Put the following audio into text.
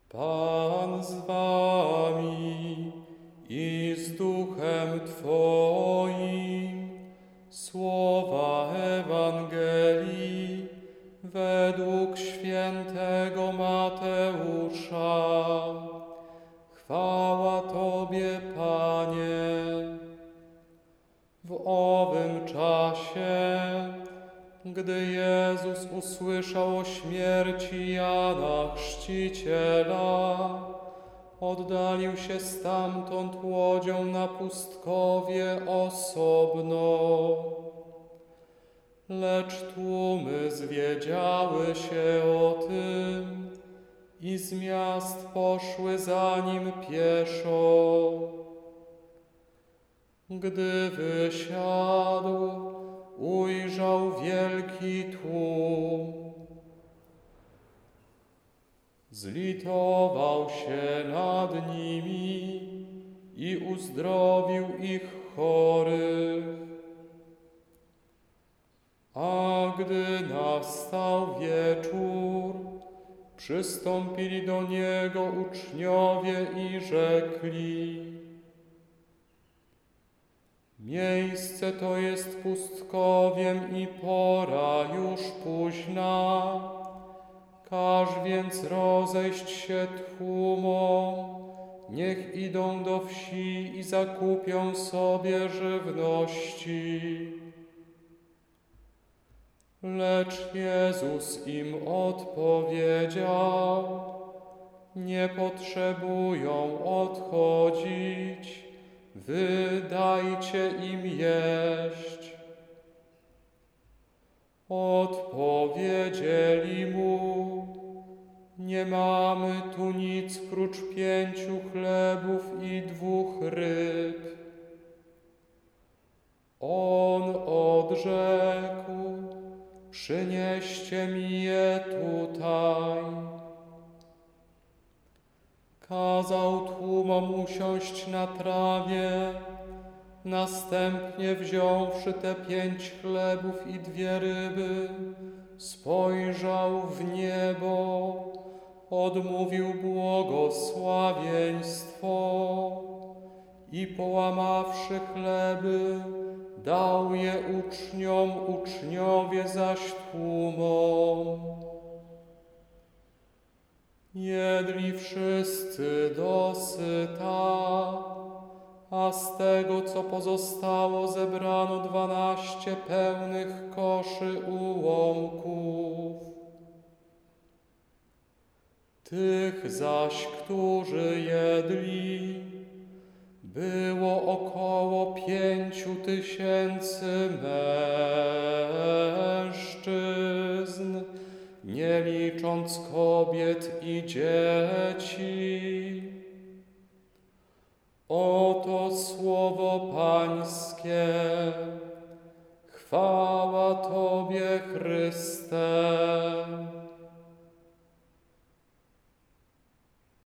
Pan z wami i z duchem Twoim. Słowa Ewangelii według świętego Mateusza. Chwała Tobie, Panie. W owym czasie, gdy Jezus usłyszał o śmierci Jana Chrzciciela, oddalił się stamtąd łodzią na pustkowie osobno. Lecz tłumy zwiedziały się o tym i z miast poszły za nim pieszo. Gdy wysiadł, ujrzał wielki tłum. Zlitował się nad nimi i uzdrowił ich chorych. A gdy nastał wieczór, przystąpili do Niego uczniowie i rzekli: Miejsce to jest pustkowiem i pora już późna. Każ więc rozejść się tłumom, niech idą do wsi i zakupią sobie żywności. Lecz Jezus im odpowiedział: Nie potrzebują odchodzić, wy dajcie im jeść. Odpowiedzieli mu: Nie mamy tu nic prócz 5 chlebów i 2 ryb. On odrzekł: Przynieście mi je tutaj. Kazał tłumom usiąść na trawie, następnie wziąwszy te 5 chlebów i 2 ryby, spojrzał w niebo, odmówił błogosławieństwo i połamawszy chleby, dał je uczniom, uczniowie zaś tłumom. Jedli wszyscy dosyta, a z tego, co pozostało, zebrano 12 pełnych koszy ułomków. Tych zaś, którzy jedli, było około 5000 mężczyzn, nie licząc kobiet i dzieci. Oto słowo Pańskie. Chwała Tobie, Chryste.